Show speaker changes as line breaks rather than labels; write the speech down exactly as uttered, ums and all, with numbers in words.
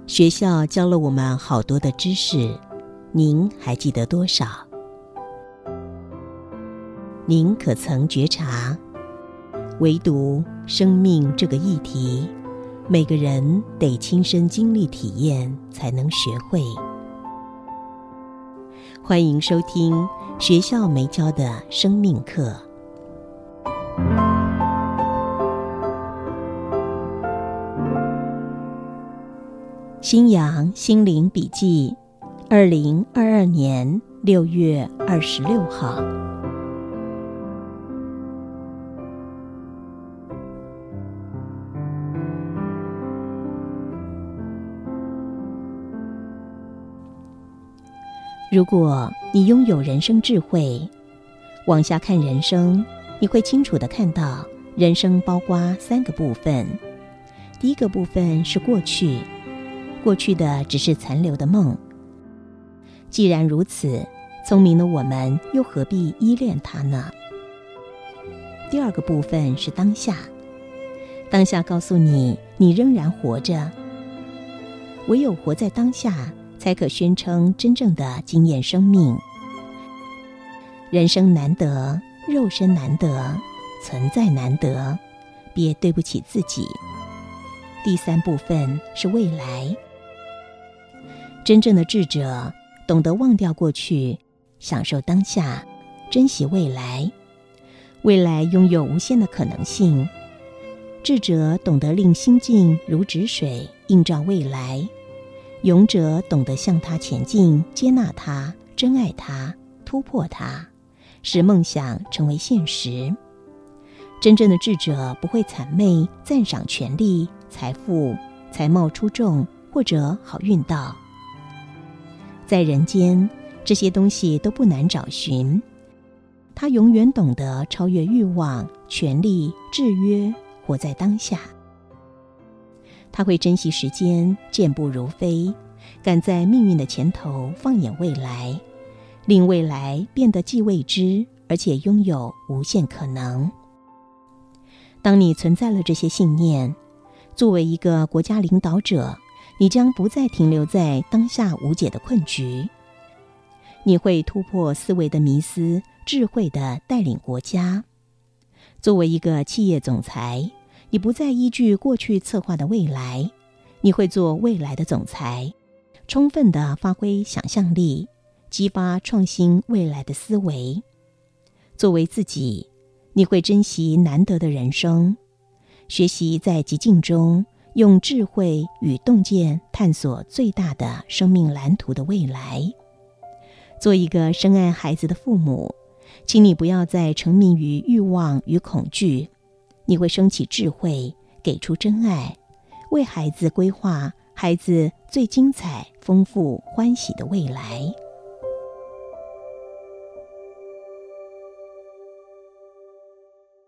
学校教了我们好多的知识，您还记得多少？您可曾觉察，唯独生命这个议题，每个人得亲身经历体验才能学会。欢迎收听学校没教的生命课。新阳心灵笔记，二零二二年六月二十六号。如果你拥有人生智慧，往下看人生，你会清楚地看到人生包括三个部分。第一个部分是过去，过去的只是残留的梦。既然如此，聪明的我们又何必依恋它呢？第二个部分是当下，当下告诉你，你仍然活着。唯有活在当下，才可宣称真正的经验生命。人生难得，肉身难得，存在难得，别对不起自己。第三部分是未来。真正的智者懂得忘掉过去，享受当下，珍惜未来。未来拥有无限的可能性。智者懂得令心境如止水，映照未来。勇者懂得向它前进，接纳它，珍爱它，突破它，使梦想成为现实。真正的智者不会谄媚赞赏权力、财富、才貌出众或者好运道。在人间，这些东西都不难找寻。他永远懂得超越欲望、权力、制约，活在当下。他会珍惜时间，健步如飞，赶在命运的前头，放眼未来，令未来变得既未知，而且拥有无限可能。当你存在了这些信念，作为一个国家领导者，你将不再停留在当下无解的困局。你会突破思维的迷思，智慧地带领国家。作为一个企业总裁，你不再依据过去策划的未来，你会做未来的总裁，充分地发挥想象力，激发创新未来的思维。作为自己，你会珍惜难得的人生，学习在极境中用智慧与洞见探索最大的生命蓝图的未来。做一个深爱孩子的父母，请你不要再沉迷于欲望与恐惧，你会升起智慧，给出真爱，为孩子规划孩子最精彩、丰富、欢喜的未来。